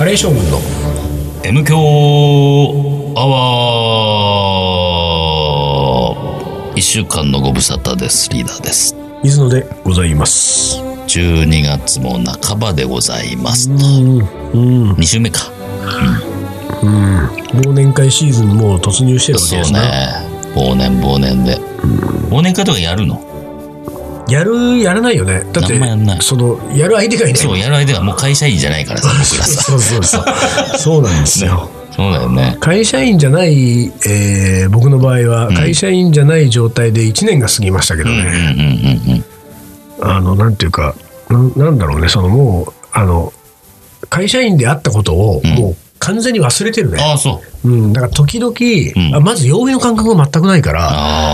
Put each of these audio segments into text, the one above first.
レー将軍の M 強アワー。1週間のご無沙汰です。リーダーです。 水野でございます。 12月も半ばでございますと。2週目か。 忘年会シーズンもう突入してるわけですね。 そうね。忘年で。忘年会とかやるの？ やらないよね。だってそのやる相手がいない。 そう、やる相手がもう会社員じゃないからさ、僕らさ。 そうなんですよ。 そうだよね。 会社員じゃない、僕の場合は会社員じゃない状態で1年が過ぎましたけどね。なんていうかなんだろうね、そのもう会社員であったことをもう完全に忘れてるね。 ああ、そう。 だから時々、まず曜日の感覚が全くないから、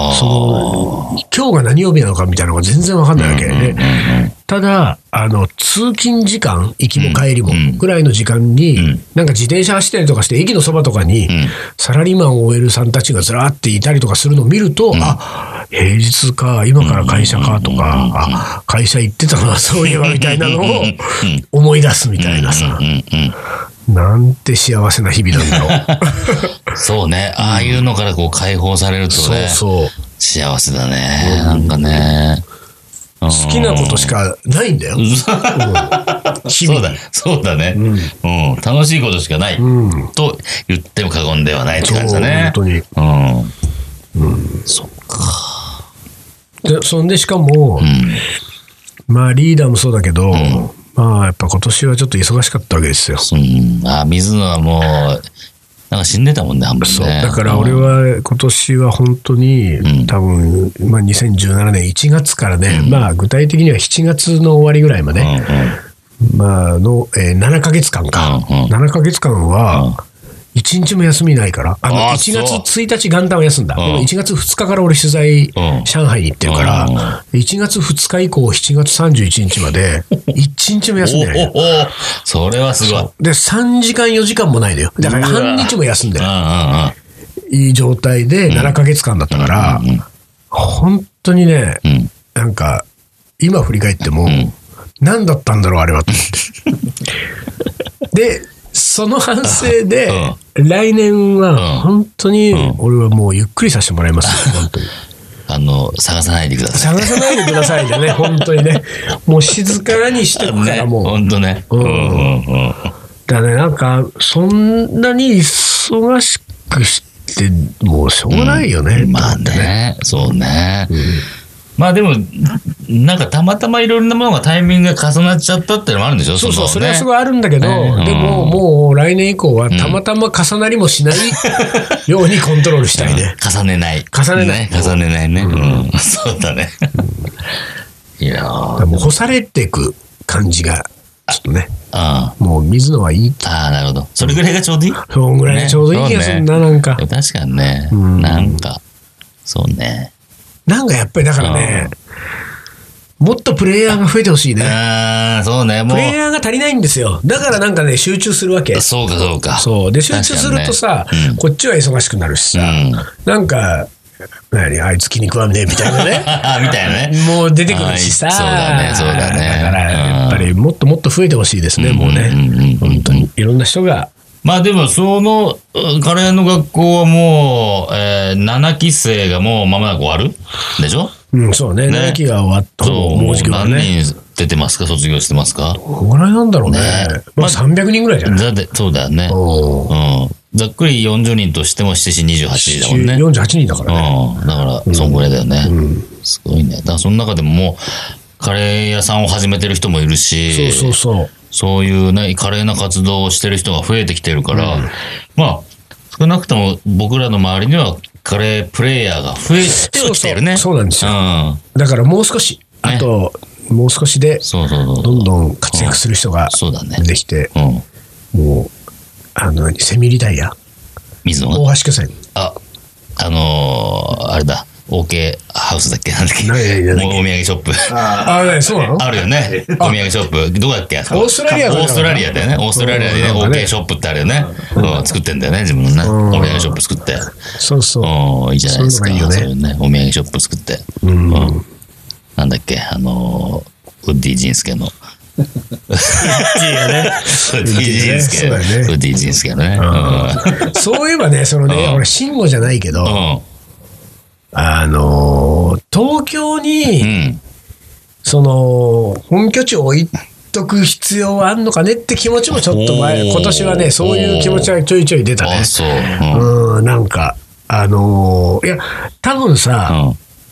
その今日が何曜日なのかみたいなのが全然わかんないわけで、ただ通勤時間、行きも帰りもぐらいの時間に、なんか自転車走ったりとかして駅のそばとかに、サラリーマン OL さんたちがずらーっていたりとかするのを見ると、あ、平日か、今から会社かとか、あ、会社行ってたなそういえばみたいなのを思い出すみたいなさ。なんて幸せな日々なんだろう。 そうね。ああいうのからこう解放されるとね。そう幸せだね。なんかね。 好きなことしかないんだよ。 そうだね。楽しいことしかない。と言っても過言ではないって感じだね。 本当に。 そっか。 そんでしかも、まあリーダーもそうだけど、まあやっぱ今年はちょっと忙しかったわけですよ。 水野はもうなんか死んでたもんね、半分ね。 そうだから俺は今年は本当に、多分、まあ、2017年1月からね、まあ具体的には7月の終わりぐらいまで、まあ7ヶ月間か、7ヶ月間は1日も休みないから、1月1日元旦は休んだ。でも1月2日から俺取材、上海に行ってるから、1月2日以降7月31日まで、1日も休んでない。 それはすごい。 で、3時間4時間もないのよ。だから半日も休んでる。いい状態で7ヶ月間だったから、本当にね、なんか、今振り返っても、何だったんだろう、あれはと思って。で、その反省で、来年は本当に俺はもうゆっくりさせてもらいますよ、本当に。 探さないでください。 探さないでくださいでね、本当にね。もう静かにしてくからもう。 本当ね。 だね、なんか、そんなに忙しくして、もうしょうがないよね。 まあね、そうね。まあでも、なんかたまたまいろんなものがタイミングが重なっちゃったっていうのもあるんでしょ？ そうそう、それはすごいあるんだけど、でももう来年以降はたまたま重なりもしないようにコントロールしたいね。 重ねない。 重ねない。 重ねないね。そうだね。いやー。 もう干されていく感じが、ちょっとね。もう水野はいい。 なるほど。それぐらいがちょうどいい？ そんぐらいがちょうどいい気がするな、なんか。 確かにね。なんか、そうね。 なんかやっぱりだからね、もっとプレイヤーが増えてほしいね。 そうね、もう。 プレイヤーが足りないんですよ。だからなんかね、集中するわけ。 そうか、そうか。 そう。で、集中するとさ、こっちは忙しくなるしさ、なんか、あいつ気に食わんねえみたいなね。 みたいなね。 もう出てくるしさ。 そうだね、そうだね。 だから、やっぱりもっともっと増えてほしいですね、もうね。本当に。いろんな人が。 まあでも、その、カレーの学校はもう、7期生がもう間もなく終わるでしょ？ そうね。7期が終わった。 もう何人出てますか？卒業してますか？ どのぐらいなんだろうね。まあ300人ぐらいじゃない？ そうだよね。ざっくり40人としても7、4、28人だもんね。 48人だからね。 だから、そんぐらいだよね。すごいね。だからその中でももう、カレー屋さんを始めてる人もいるし、そういうね、華麗な活動をしてる人が増えてきてるから、まあ、少なくとも僕らの周りにはカレープレイヤーが増えてはきてるね。 そうなんですよ。だからもう少し、あと、もう少しで、どんどん活躍する人が出てきて、もう、セミリタイヤ水野が大橋巨船。 あれだ。OK ハウスだっけなんだっけお土産ショップ。 そうなの？ あるよね。お土産ショップ。どこだっけ？ オーストラリアだよね。オーストラリアでね、OK ショップってあるよね。作ってんだよね、自分のね。お土産ショップ作って。 そうそう。 いいじゃないですか。そういうね、お土産ショップ作って。なんだっけ、ウッディ・ジンスケのウッディジンスケ。ウッディジンスケね。 そういえばね、俺、慎吾じゃないけど、東京に、本拠地を置いとく必要はあんのかねって気持ちもちょっと今年はね、そういう気持ちがちょいちょい出たね。なんか、いや、多分さ、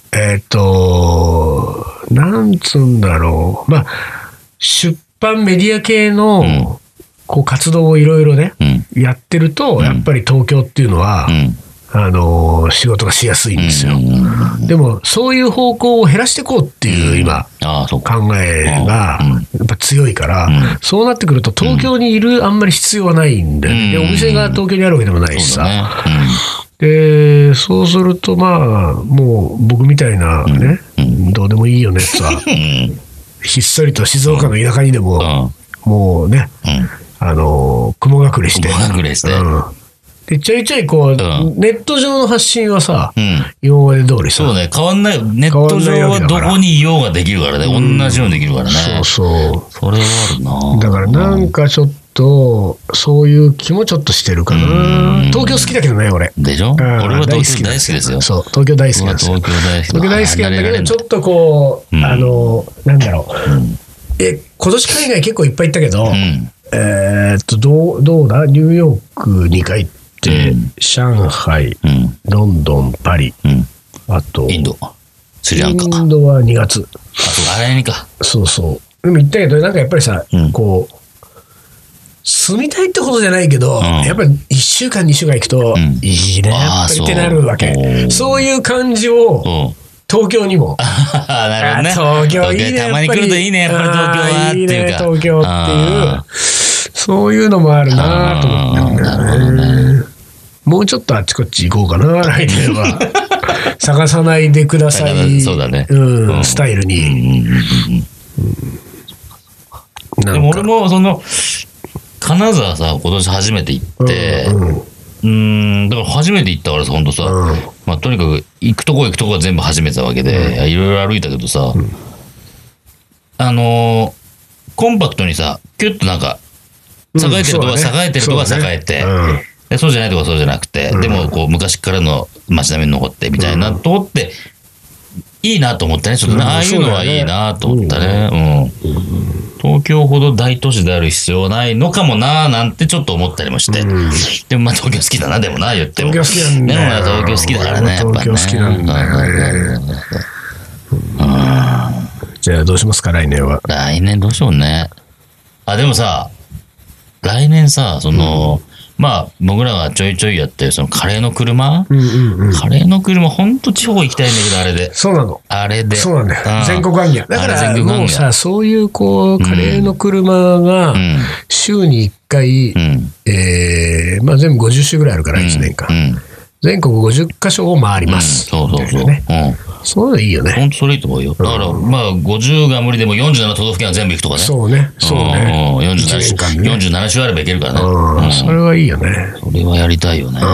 なんつうんだろう。まあ、出版メディア系の、活動をいろいろね、やってると、やっぱり東京っていうのは、仕事がしやすいんですよ。でも、そういう方向を減らしていこうっていう今、考えがやっぱ強いから、そうなってくると東京にいるあんまり必要はないんで、でお店が東京にあるわけでもないしさ。で、そうするとまあ、もう僕みたいなね、どうでもいいよねってさ、ひっそりと静岡の田舎にでも、もうね、雲隠れして。で、ちょいちょいネット上の発信はさ、今まで通りさ。 そうね、変わんない。ネット上はどこにいようができるからね。同じようにできるからね。 そうそう。 それはあるな。 だからなんかちょっと、そういう気もちょっとしてるかな。東京好きだけどね、俺。 でしょ？俺は東京大好きですよ。 そう、東京大好きなんですよ。東京大好きなんだけど、ちょっとなんだろう。今年海外結構いっぱい行ったけど、どうだ？ニューヨーク2回行って、上海、ロンドン、パリ、あと、 インド、スリランカ。 インドは2月。 あれにか。 そうそう。でも行ったけど、なんかやっぱりさ、住みたいってことじゃないけど、やっぱり1週間、2週間行くと、いいね、やっぱりってなるわけ。そういう感じを、東京にも。 なるほどね。 東京いいね。 たまに来るといいね、やっぱり東京はっていうか。 いいね、東京っていう、そういうのもあるなと思ってんだよね。もうちょっとあっちこっち行こうかな、来年は。探さないでください。 そうだね。 スタイルに。 でも俺も金沢さ、今年初めて行って、だから初めて行ったからさ、ほんとさ、まあとにかく行くとこが全部初めてたわけで、いろいろ歩いたけどさ、コンパクトにさ、キュッとなんか、栄えてるとこは栄えてるとこは栄えて、そうじゃないとこはそうじゃなくて、でも昔からの街並みに残ってみたいなとこって、いいなと思ったね。ちょっとああいうのはいいなと思ったね。東京ほど大都市である必要はないのかもなーなんてちょっと思ったりもして。でもまあ東京好きだな、でもな、言っても。 東京好きなんだよ。 東京好きだからね、やっぱね。 東京好きなんだよね。じゃあどうしますか、来年は。 来年どうしようね。でもさ、来年さ、まあ、僕らがちょいちょいやってる、カレーの車、カレーの車、ほんと地方行きたいんだけど、あれで。 そうなの。 あれで。 そうなんだよ。全国行脚。だから、もうさ、そういう、カレーの車が、週に1回、まあ、全部50周ぐらいあるから、1年間。全国50カ所を回ります。 そうそうそう。 そういうのいいよね。 ほんとそれいいと思うよ。だから、まあ、50が無理でも47都道府県は全部行くとかね。 そうね。そうね。 47週あれば行けるからね。 それはいいよね。 それはやりたいよね。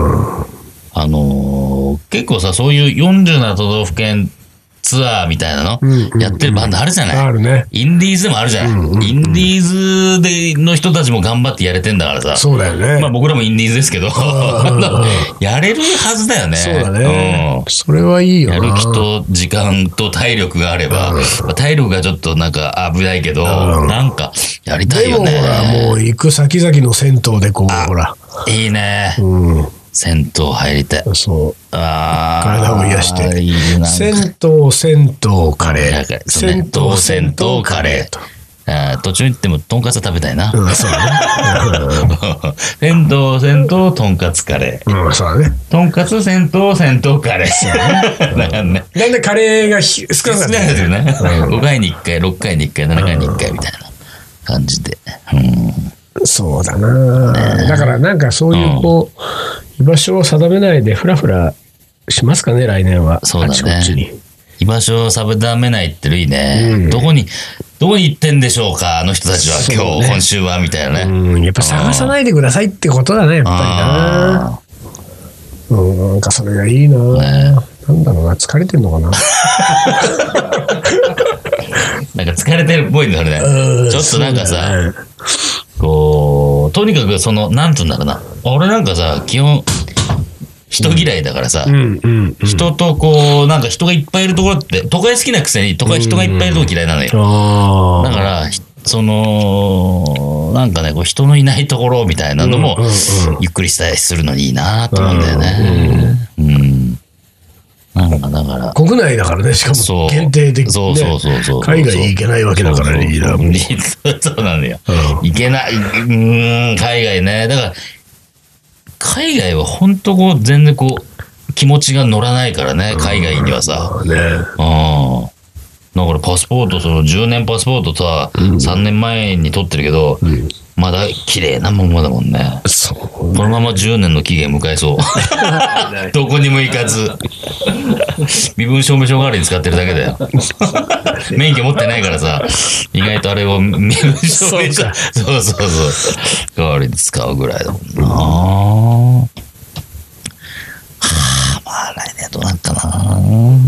結構さ、そういう47都道府県ツアーみたいなのやってるバンドあるじゃない。 あるね。 インディーズでもあるじゃない。インディーズの人たちも頑張ってやれてんだからさ。 そうだよね。 まあ僕らもインディーズですけど、やれるはずだよね。 そうだね。それはいいよな。 やる気と時間と体力があれば、体力がちょっとなんか危ないけど、なんかやりたいよね。 でもほら、もう行く先々の銭湯でほら。 いいね。銭湯入りたい。 そう。体を癒して。 いいな。 銭湯カレー。銭湯カレーと。 途中行ってもとんかつ食べたいな。 そうだね。 銭湯とんかつカレー。 そうだね。 とんかつ銭湯カレー。そうだね。 なんでカレーが少なかったですよね。5回に1回、6回に1回、7回に1回みたいな感じで。 そうだな。だからなんかそういう居場所を定めないでフラフラしますかね、来年は。 そうだね。居場所を定めないっていいね。どこに行ってんでしょうか、あの人たちは今週は、みたいなね。 やっぱ探さないでくださいってことだね、やっぱりな。なんかそれがいいな。なんだろうな、疲れてんのかな。 なんか疲れてるっぽいんだよね。ちょっとなんかさ、こう、とにかくなんつうんだろうな。俺なんかさ、基本、人嫌いだからさ、人とこう、なんか人がいっぱいいるところって、都会好きなくせに、都会人がいっぱいいるところ嫌いなのよ。だから、なんかね、こう人のいないところみたいなのも、ゆっくりしたりするのにいいなと思うんだよね。なんかだから。 国内だからね、しかも限定的に、ね。そう。海外に行けないわけだからね、リーダーも。 そうなのよ。行けない、海外ね。だから、海外は本当こう、全然こう、気持ちが乗らないからね、海外にはさ。だからパスポート、10年パスポートさ、3年前に取ってるけど、まだ綺麗なままだもんね。このまま10年の期限迎えそう。どこにも行かず。身分証明書代わりに使ってるだけだよ。免許持ってないからさ、意外とあれを身分証明書、代わりに使うぐらいだもんな。まあ来年どうなったな。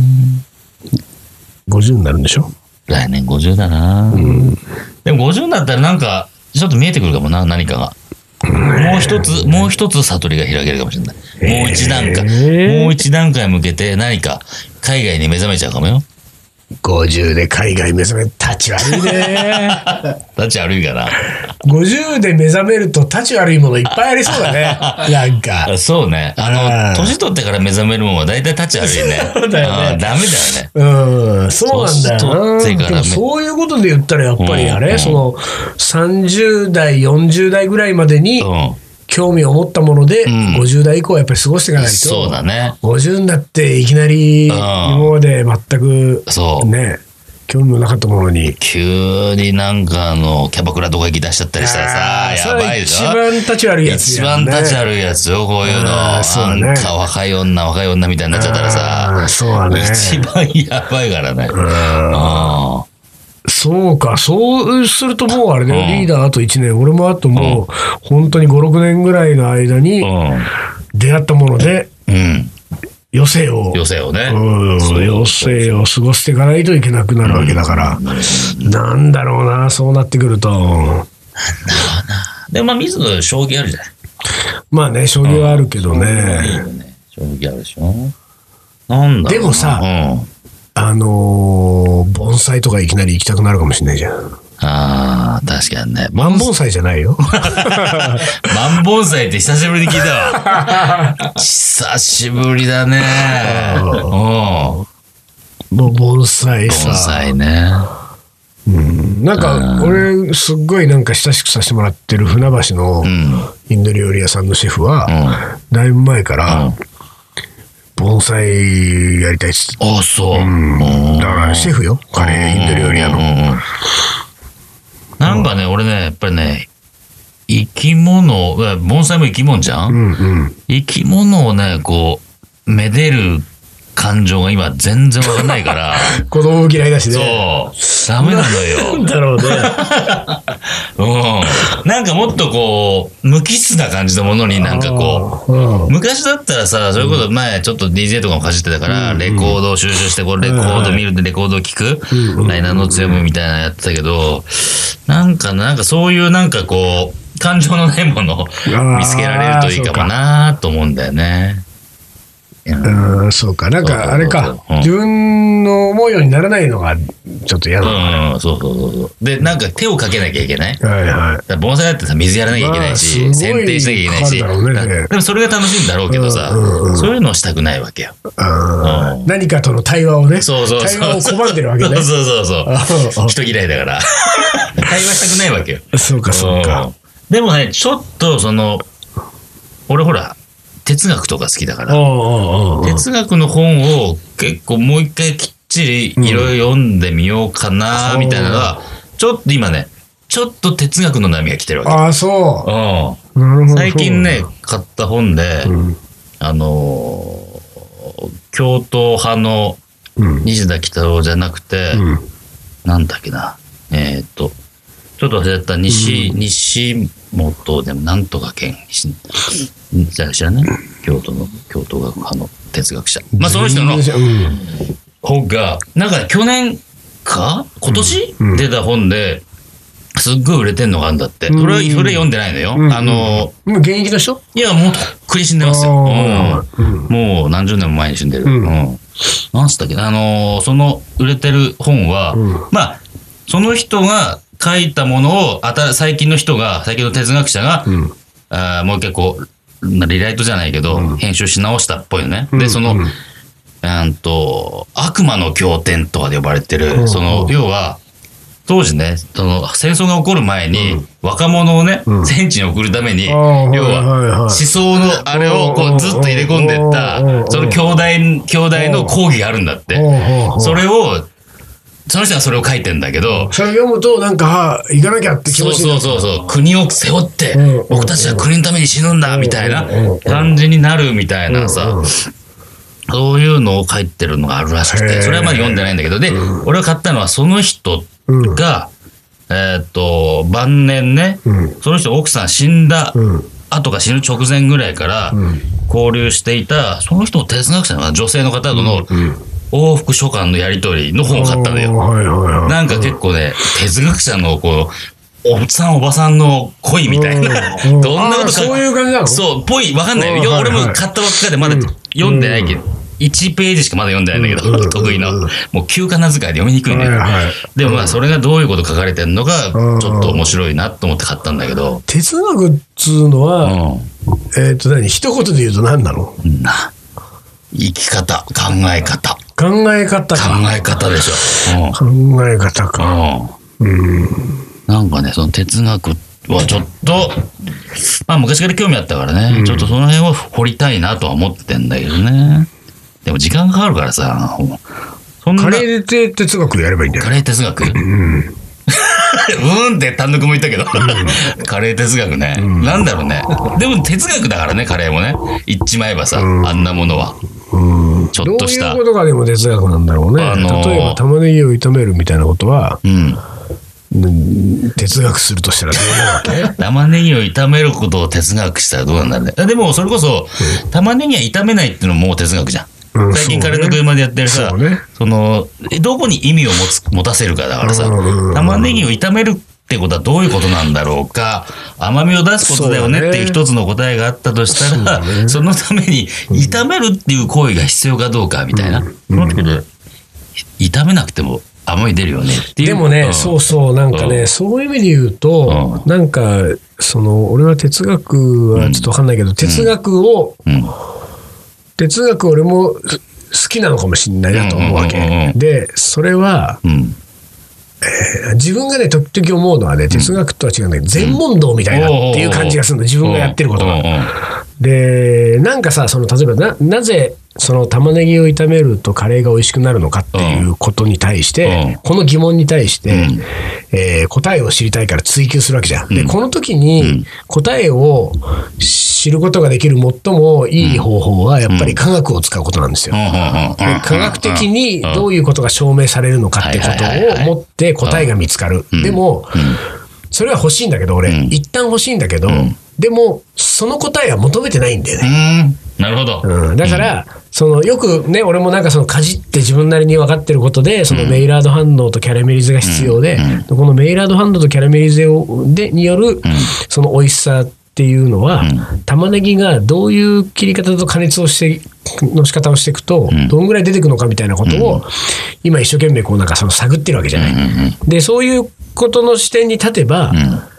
50になるんでしょ？ 来年50だな。でも50になったらなんか、ちょっと見えてくるかもな、何かが。もう一つ悟りが開けるかもしれない。もう一段階向けて何か海外に目覚めちゃうかもよ。 50で海外目覚め、立ち悪いね。 立ち悪いかな。 50で目覚めると立ち悪いものいっぱいありそうだね。なんか。 そうね。年取ってから目覚めるものは大体立ち悪いね。 そうだよね。 ダメだよね。 そうなんだよな。でもそういうことで言ったらやっぱりあれ、30代、40代ぐらいまでに、興味を持ったもので、50代以降はやっぱり過ごしていかないと。 そうだね。 50になっていきなり、今まで全く、ね、興味もなかったものに。 急になんかキャバクラとか行き出しちゃったりしたらさ、やばいでしょ。 一番立ち悪いやつ。 一番立ち悪いやつよ、こういうの。なんか若い女みたいになっちゃったらさ、 そうだね。 一番やばいからね。 そうか、そうするともうあれだよ、リーダーあと1年、俺もあともう、本当に5、6年ぐらいの間に出会ったもので、余生をね。余生を過ごしていかないといけなくなるわけだから、なんだろうな、そうなってくると。なんだろうな。 でもまあ、水野将棋あるじゃない。 まあね、将棋はあるけどね。 将棋あるでしょ。なんだろうな。 でもさ、盆栽とかいきなり行きたくなるかもしれないじゃん。 ああ、確かにね。 万盆栽じゃないよ。 万盆栽って久しぶりに聞いたわ。久しぶりだね。 もう盆栽さ。 盆栽ね。 なんか、俺、すっごいなんか親しくさせてもらってる船橋のインド料理屋さんのシェフは、だいぶ前から、盆栽やりたいっつって。 ああ、そう。 だからシェフよ、彼、インド料理屋の。 なんかね、俺ね、やっぱりね、生き物、盆栽も生き物じゃん？生き物をね、こう、めでる感情が今全然わかんないから。 子供嫌いだしね。 そう。ダメなのよ。 なんだろうね。 なんかもっとこう、無機質な感じのものになんかこう、昔だったらさ、それこそ前ちょっと DJ とかもかじってたから、レコードを収集して、こうレコード見るでレコードを聞く、ライナーノーツ読むみたいなのやってたけど、なんかそういうなんかこう、感情のないものを見つけられるといいかもなと思うんだよね。 そうか、なんかあれか、自分の思うようにならないのがちょっと嫌なのか。 そう。で、なんか手をかけなきゃいけない。 はい。 盆栽だってさ、水やらなきゃいけないし、剪定しなきゃいけないし、でもそれが楽しいんだろうけどさ、そういうのをしたくないわけよ。 何かとの対話をね、 対話を拒んでるわけね。 そう。人嫌いだから。対話したくないわけよ。 そうか。 でもね、ちょっと俺ほら、哲学とか好きだから、哲学の本を結構もう一回きっちりいろいろ読んでみようかな、みたいなのが、ちょっと今ね、ちょっと哲学の波が来てるわけ。 ああ、そう。 なるほど。最近ね、買った本で、京都派の西田喜太郎じゃなくて、なんだっけな、ちょっと忘れた西本でもなんとか県知らない？京都学派の哲学者。まあその人の本が、なんか去年今年出た本で、すっごい売れてんのがあるんだって。それ読んでないのよ。 もう現役の人？ いや、もうとっくに死んでますよ。もう何十年も前に死んでる。なんつったっけ、その売れてる本は、まあ、その人が書いたものを、最近の哲学者が、もう一回こう、リライトじゃないけど、編集し直したっぽいよね。で、悪魔の経典とかで呼ばれてる、要は、当時ね、戦争が起こる前に、若者をね、戦地に送るために、要は、思想のあれをこうずっと入れ込んでった、その兄弟の講義があるんだって。その人がそれを書いてんだけど、 それ読むと、なんか、行かなきゃって気持ちになる。 そう。国を背負って、僕たちは国のために死ぬんだ、みたいな感じになるみたいなさ、そういうのを書いてるのがあるらしくて、それはまだ読んでないんだけど、で、俺が買ったのはその人が、晩年ね、その人奥さん死んだ後か死ぬ直前ぐらいから交流していた、その人の哲学者の女性の方との往復書簡のやり取りの本を買ったのよ。なんか結構ね、哲学者のこう、おっさんおばさんの恋みたいな、どんなことそういう感じなの？ そう、ぽい、わかんない。俺も買ったばっかでまだ読んでないけど、1ページしかまだ読んでないんだけど、得意な。もう旧仮名遣いで読みにくいんだよ。でもまあそれがどういうこと書かれてるのが、ちょっと面白いなと思って買ったんだけど。 哲学っつうのは、一言で言うと何なの？ 生き方、考え方。 考え方でしょ。 考え方か。 なんかね、その哲学はちょっと、まあ昔から興味あったからね、ちょっとその辺を掘りたいなとは思ってんだけどね。でも時間かかるからさ、 そんな。カレー哲学やればいいんだよ。 カレー哲学って単独も言ったけど、カレー哲学ね。なんだろうね。でも哲学だからね、カレーもね。言っちまえばさ、あんなものは。ちょっとした。 どういうことがでも哲学なんだろうね。例えば玉ねぎを炒めるみたいなことは、哲学するとしたらどういうわけ？ 玉ねぎを炒めることを哲学したらどうなんだろうね。でもそれこそ、玉ねぎは炒めないっていうのももう哲学じゃん。最近カレーの車でやってるさ、どこに意味を持たせるかだからさ、玉ねぎを炒めるってことはどういうことなんだろうか、甘みを出すことだよねっていう一つの答えがあったとしたら、そのために炒めるっていう行為が必要かどうかみたいな。その時で炒めなくても甘み出るよねっていう。 でもね、なんかね、そういう意味で言うと、なんか、俺は哲学はちょっとわかんないけど、哲学俺も好きなのかもしれないなと思うわけ。で、それは、自分がね、時々思うのはね、哲学とは違うんだけど、全問答みたいなっていう感じがするの、自分がやってることが。で、なんかさ、例えばなぜ、玉ねぎを炒めるとカレーが美味しくなるのかっていうことに対して、この疑問に対して、答えを知りたいから追求するわけじゃん。で、この時に答えを知ることができる最もいい方法は、やっぱり科学を使うことなんですよ。科学的にどういうことが証明されるのかってことを持って答えが見つかる。でも、それは欲しいんだけど、俺、一旦欲しいんだけど、でも、その答えは求めてないんだよね。 なるほど。 だから、よくね、俺もなんかかじって自分なりに分かってることで、メイラード反応とキャラメリゼが必要で、このメイラード反応とキャラメリゼによる、その美味しさっていうのは、玉ねぎがどういう切り方と加熱の仕方をしていくと、どんぐらい出てくるのかみたいなことを、今一生懸命なんか探ってるわけじゃない。で、そういうことの視点に立てば、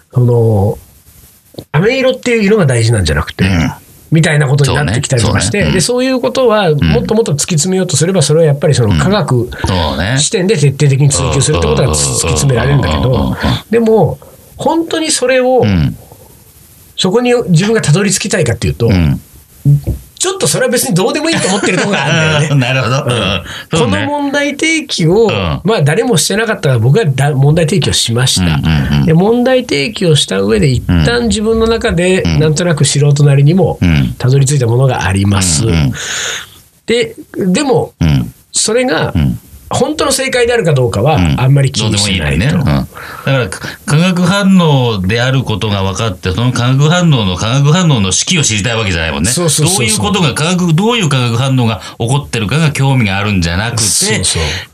飴色っていう色が大事なんじゃなくて、みたいなことになってきたりとかして、で、そういうことはもっともっと突き詰めようとすれば、それはやっぱり科学視点で徹底的に追求するってことが突き詰められるんだけど、でも、本当にそれを、そこに自分がたどり着きたいかっていうと、ちょっとそれは別にどうでもいいと思ってるところがあるんだよね。 なるほど。この問題提起を、まあ誰もしてなかったから僕が問題提起をしました。で、問題提起をした上で一旦自分の中でなんとなく素人なりにもたどり着いたものがあります。でも、それが、本当の正解であるかどうかはあんまり気にしないと。 だから化学反応であることが分かって、その化学反応の式を知りたいわけじゃないもんね。どういうことがどういう化学反応が起こってるかが興味があるんじゃなくて、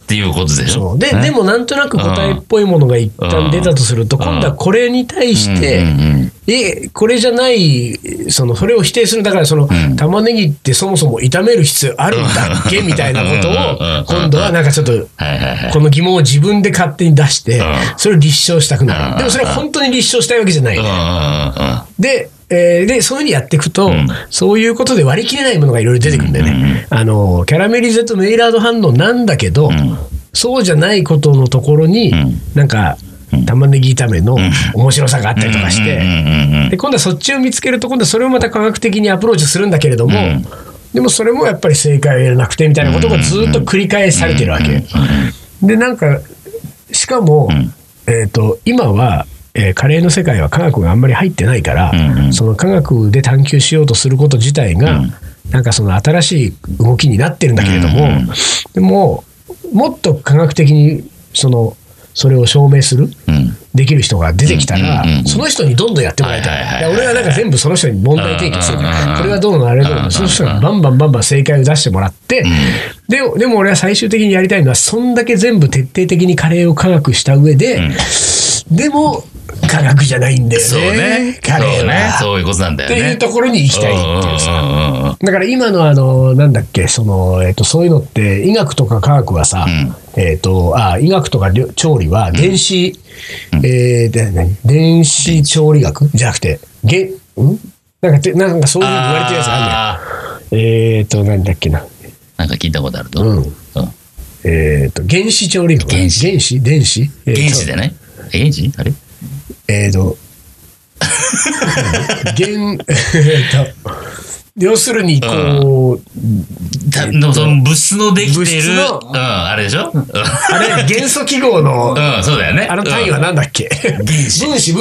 っていうことでしょ。 でもなんとなく答えっぽいものが一旦出たとすると、今度はこれに対して、これじゃない、それを否定する。だから玉ねぎってそもそも炒める必要あるんだっけみたいなことを、今度はなんかちょっと、この疑問を自分で勝手に出して、それを立証したくなる。でもそれは本当に立証したいわけじゃない。で、そういうふうにやっていくと、そういうことで割り切れないものがいろいろ出てくるんだよね。キャラメリゼとメイラード反応なんだけど、そうじゃないことのところに、なんか、玉ねぎ炒めの面白さがあったりとかして、で、今度はそっちを見つけると、今度はそれをまた科学的にアプローチするんだけれども、でもそれもやっぱり正解を得なくてみたいなことがずっと繰り返されてるわけ。で、なんか、しかも、今は、カレーの世界は科学があんまり入ってないから、その科学で探求しようとすること自体が、なんかその新しい動きになってるんだけれども、でも、もっと科学的にそれを証明する、できる人が出てきたら、その人にどんどんやってもらいたい。俺はなんか全部その人に問題提起するから、これはどうなのあれどうなの、その人がバンバン正解を出してもらって、でも俺は最終的にやりたいのは、そんだけ全部徹底的にカレーを科学した上で、でも、科学じゃないんだよね。 そうね。 カレーは。 そういうことなんだよね。 っていうところに行きたいっていうさ。だから今のなんだっけ、そういうのって、医学とか科学はさ、医学とか調理は電子、電子調理学じゃなくて、なんかそういう言われてるやつあるんだよ。なんだっけな。 なんか聞いたことあると。 原子調理学。電子でね。原子あれ要するにその物質のできてる、あれでしょ。 あれ元素記号の、 そうだよね。 あの単位はなんだっけ。分子。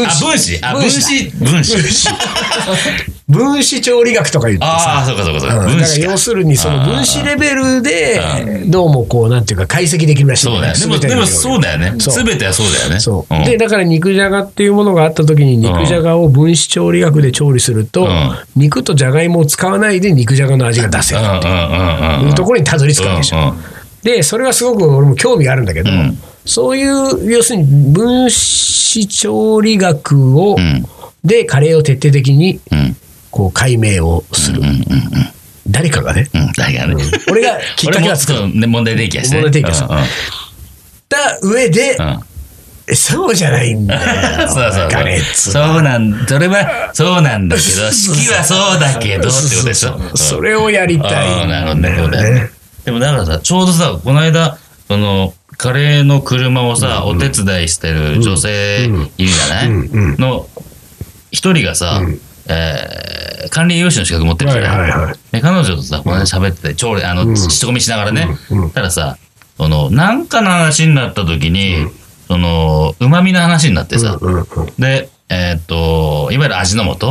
分子調理学とか言ってさ。 そうか。 だから要するにその分子レベルでどうもこうなんていうか解析できるらしい。 そうだよね。でもそうだよね。すべてはそうだよね。 そう。でだから肉じゃがっていうものがあった時に肉じゃがを分子調理学で調理すると肉とじゃがいもを使わないで肉じゃがの味が出せるっていうところにたどり着くわけでしょ。でそれはすごく俺も興味があるんだけど、そういう要するに分子調理学をでカレーを徹底的にこう解明をする。誰かがね。俺がきっかけは作る。 問題提起はして。 問題提起はした上で、そうじゃないんだよ。カレーっつうのは。 そうなんそれはそうなんだけど、式はそうだけどってことでしょ。 それをやりたい。 なるほどね。でもだからさ、ちょうどさ、この間、カレーの車をさ、お手伝いしてる女性いるじゃないの、一人がさ、管理栄養士の資格持ってるじゃない。彼女とさ、この間喋ってて、仕込みしながらね。たださ、なんかの話になった時に、旨味の話になってさ、で、いわゆる味の素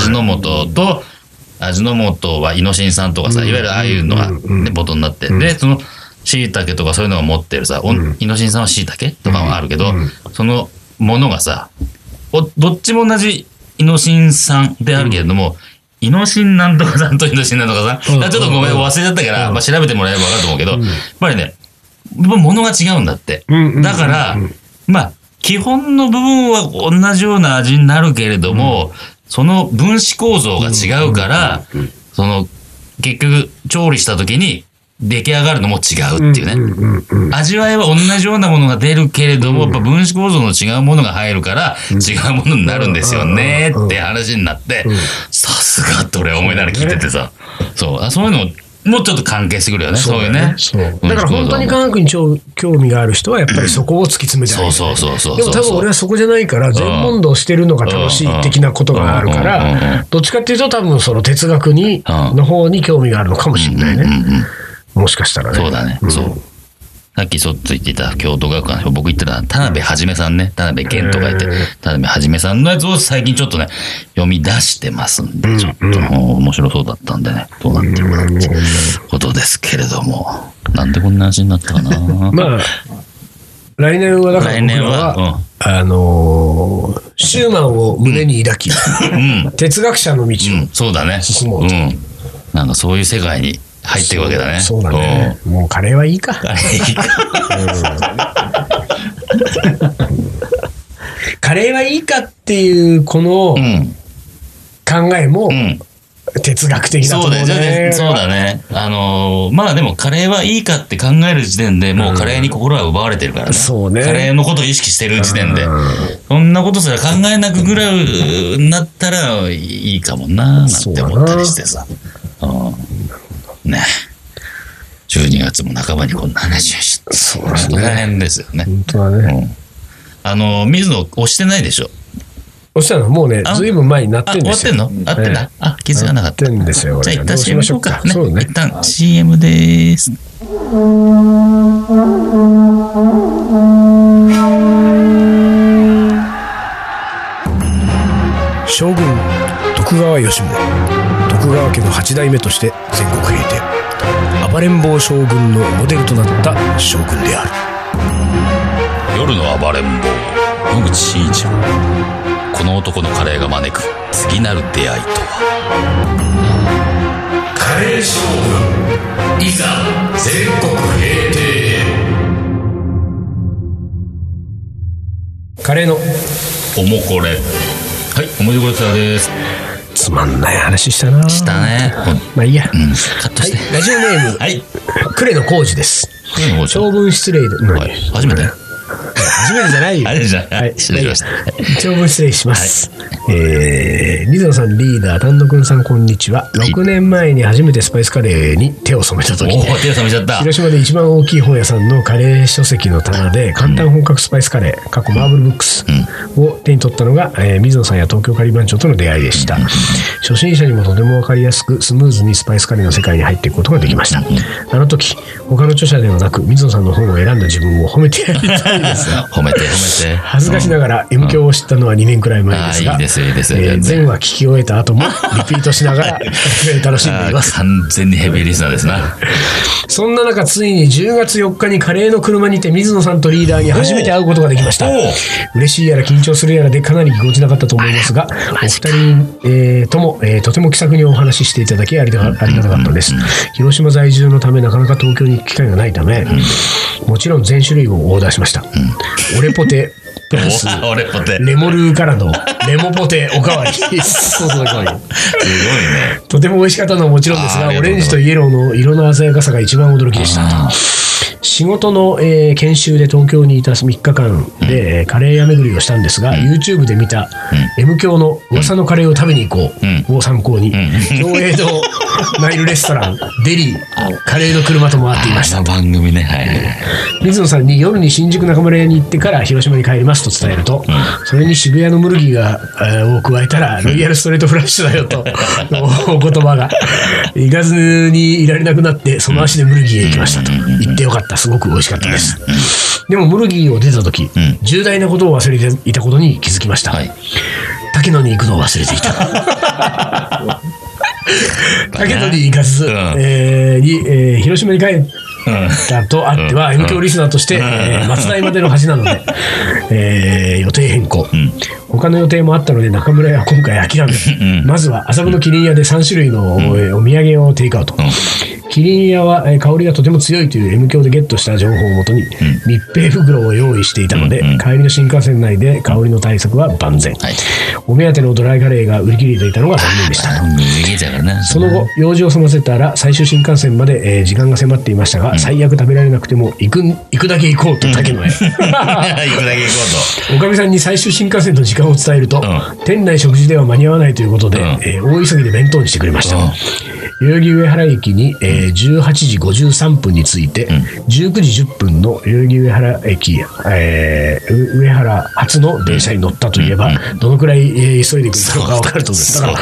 はイノシン酸とかさ、いわゆるああいうのが元になって、で、椎茸とかそういうのが持ってるさ、イノシン酸は椎茸とかもあるけど、そのものがさ、どっちも同じイノシン酸であるけれども、イノシンなんとかさんとイノシンなんとかさん、ちょっとごめん忘れちゃったから、調べてもらえば分かると思うけど、やっぱりね、ものが違うんだって。だから、基本の部分は同じような味になるけれども、その分子構造が違うから、結局調理した時に出来上がるのも違うっていうね。味わいは同じようなものが出るけれども、やっぱ分子構造の違うものが入るから違うものになるんですよねって話になって、さすがって俺は思いながら聞いててさ、そういうのもうちょっと関係してくるよね。そういうね。 だから本当に科学に興味がある人はやっぱりそこを突き詰めてあげる。でも多分俺はそこじゃないから全問答してるのが楽しい的なことがあるから、どっちかっていうと多分その哲学の方に興味があるのかもしれないね。もしかしたらね。 そうだね。そう。さっきそっと言っていた京都学館の僕言ってた田辺はじめさんね。田辺健とか言って、田辺はじめさんのやつを最近ちょっとね、読み出してますんで、ちょっと面白そうだったんでね、どうなってるかっていうことですけれども。なんでこんな話になったかな。 来年はだから僕らは、シューマンを胸に抱き、哲学者の道をそうだね。 進もうと。 なんかそういう世界に入っていくわけだね。 そうだね。もうカレーはいいか。カレーいいか。カレーはいいかっていうこの考えも哲学的だと思うね。 そうだね。まあでもカレーはいいかって考える時点でもうカレーに心は奪われてるからね。 そうね。 カレーのことを意識してる時点で。そんなことすら考えなくぐらいになったらいいかもななんて思ったりしてさ。ね。12月も半ばにこんな話をして。 そうですね。 大変ですよね。 本当はね。 水野押してないでしょ。 押したのもうね、ずいぶん前になってんですよ。 終わってんの？あってんだ。気づかなかった。 なってんですよ。 じゃあ一旦 CM しようか。 そうね。 一旦 CM でーす。 将軍徳川吉宗、徳川家の8代目として全国平定、暴れん坊将軍のモデルとなった将軍である。 夜の暴れん坊野口真一郎、この男のカレーが招く次なる出会いとは。カレー将軍いざ全国平定。 カレーのおもこれ。はい、おもこれさです。 つまんない話したな。 したね。 まあいいや。 カットして。 はい、ラジオネーム、 はい、 呉野浩二です。長文失礼で、 はい、初めて初めてじゃないよ。 はい、失礼しました。 長文失礼します。水野さん、リーダー、丹野くんさん、こんにちは。6年前に初めてスパイスカレーに手を染めた時、 手を染めちゃった。 広島で一番大きい本屋さんのカレー書籍の棚で簡単本格スパイスカレー、過去マーブルブックスを手に取ったのが、水野さんや東京カリー番長との出会いでした。初心者にもとても分かりやすくスムーズにスパイスカレーの世界に入っていくことができました。あの時、他の著者ではなく水野さんの本を選んだ自分を褒めてやりたいです。 褒めて。 恥ずかしながら M 響を知ったのは2年くらい前ですが、前話聞き終えた後もリピートしながら楽しんでいます。 完全にヘビーリスナーですな。 そんな中、ついに10月4日にカレーの車にて水野さんとリーダーに初めて会うことができました。嬉しいやら緊張するやらでかなりぎこちなかったと思いますが、お二人、とも、とても気さくにお話ししていただきありがたかったです。広島在住のためなかなか東京に行く機会がないため、もちろん全種類をオーダーしました。オレポテプラスレモルーからのレモポテおかわり。すごいね。とても美味しかったのはもちろんですが、オレンジとイエローの色の鮮やかさが一番驚きでした。仕事の、研修で東京にいた3日間で、カレー屋巡りをしたんですが、YouTube で見た M 響の噂のカレーを食べに行こうを参考に、共栄堂ナイルレストランデリーカレーの車と回っていました。 番組ね、はい、 水野さんに夜に新宿中村屋に行ってから広島に帰りますと伝えると、それに渋谷のムルギーを加えたらロイヤルストレートフラッシュだよとお言葉が行かずにいられなくなって、その足でムルギーへ行きましたと。行ってよかった、すごく美味しかったです。でもムルギーを出た時、重大なことを忘れていたことに気づきました。竹野に行くのを忘れていた。竹野に行かず、広島に帰ったとあっては、M 響リスナーとして、松代までの橋なので、予定変更。他の予定もあったので中村屋は今回諦め、まずは麻布のキリン屋で3種類のお土産をテイクアウト。キリン屋は香りがとても強いという M 響でゲットした情報をもとに密閉袋を用意していたので、帰りの新幹線内で香りの対策は万全。お目当てのドライカレーが売り切れていたのが残念でした。その後用事を済ませたら最終新幹線まで時間が迫っていましたが、最悪食べられなくても行くだけ行こうと竹野へ。行くだけ行こうと。おかみさんに最終新幹線の時間を伝えると、店内食事では間に合わないということで、大急ぎで弁当にしてくれました。代々木上原駅に、18時53分に着いて、19時10分の代々木上原駅、上原発の電車に乗ったといえば、どのくらい、急いでくれたのか分かると思います。だから、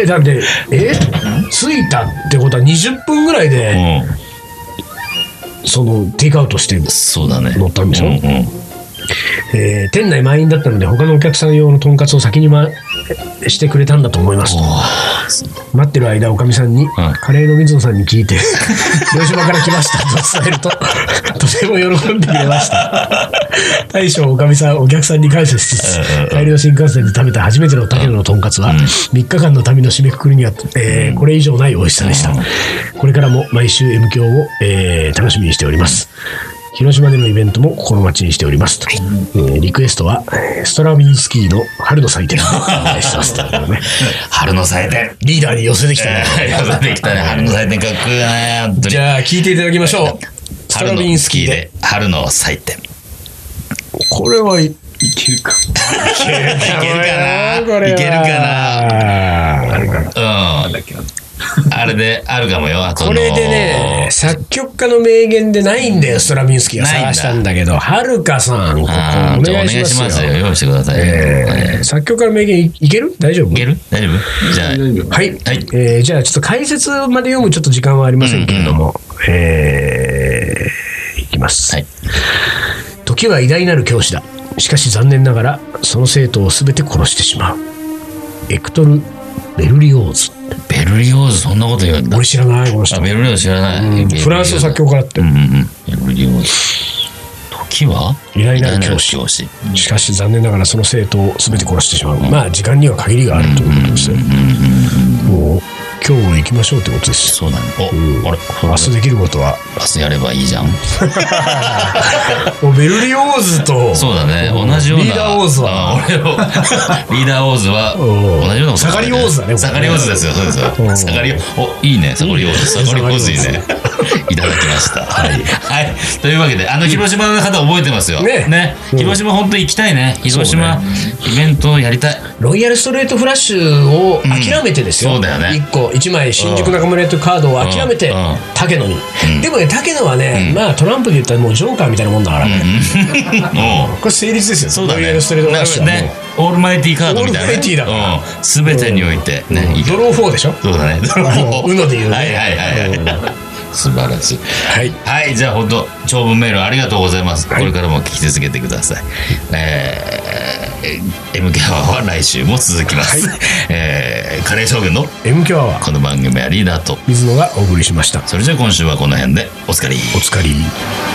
だって、着いたってことは20分ぐらいで、そのテイクアウトして乗ったんでしょ。店内満員だったので他のお客さん用のとんかつを先にしてくれたんだと思いますと。待ってる間おかみさんに、カレーの水野さんに聞いて広島から来ましたと伝えるととても喜んでくれました。 大将おかみさんお客さんに感謝しつつ、帰りの新幹線で食べた初めての竹野のとんかつは、3日間の旅の締めくくりには、これ以上ない美味しさでした。これからも毎週 M 響を、楽しみにしております。広島でのイベントも心待ちにしておりますと、リクエストはストラヴィンスキーの春の祭典をお願いしますと、ね、 春の祭典リーダーに寄せてきたね、 寄せてきたね。春の祭典かっこいいね。 じゃあ聞いていただきましょう。ストラヴィンスキーで春の祭典。 これはいけるかいけるかな。うん。あれであるかもよ。 これでね、作曲家の名言でないんだよ、ストラヴィンスキーが探したんだけど、はるかさん、ここお願いしますよ。 用意してください。 作曲家の名言いける？大丈夫？ いける？大丈夫？じゃあ、 はい。じゃあちょっと解説まで読むちょっと時間はありませんけれども、いきます。はい。時は偉大なる教師だ。しかし残念ながらその生徒をすべて殺してしまう。エクトル・ベルリオーズ。 ベルリオーズ、そんなこと言うんだ。 俺知らない、この人。 ベルリオーズ知らない。 フランスの作曲家だって。 ベルリオーズ。時は偉大なる教師。しかし残念ながらその生徒を全て殺してしまう。まあ時間には限りがあるということですよ。もう今日行きましょうってことです。 そうだね。あれ、 明日できることは明日やればいいじゃん。 もうベルリオーズとそうだね、同じようなリーダーオーズはリーダーオーズは同じようなこと。 サガリオーズだね。 サガリオーズですよ。そうですよ。サガリオ、いいね、サガリオーズ。サガリオーズいいね。いただきました。はい。というわけで、広島の方覚えてますよ。ね。広島本当に行きたいね。広島イベントやりたい。 ロイヤルストレートフラッシュを諦めてですよ。 そうだよね。 1枚新宿中村屋というカードを諦めて竹野に。でもね、竹野はね、まあトランプで言ったらもうジョーカーみたいなもんだからね。これ成立ですよ。 そうだね。 ロイヤルストレートフラッシュはね、 オールマイティーカードみたいな。 オールマイティーだから。 全てにおいてね。 ドロー4でしょ。 そうだね。ドロー4。 ウノで言うね。 はい。素晴らしい。はい。じゃあ本当長文メールありがとうございます。これからも聞き続けてください。MK アワーは来週も続きます。カレー将軍の MK アワー、 この番組はリーダーと水野がお送りしました。 それじゃあ今週はこの辺でおつかり。 おつかり。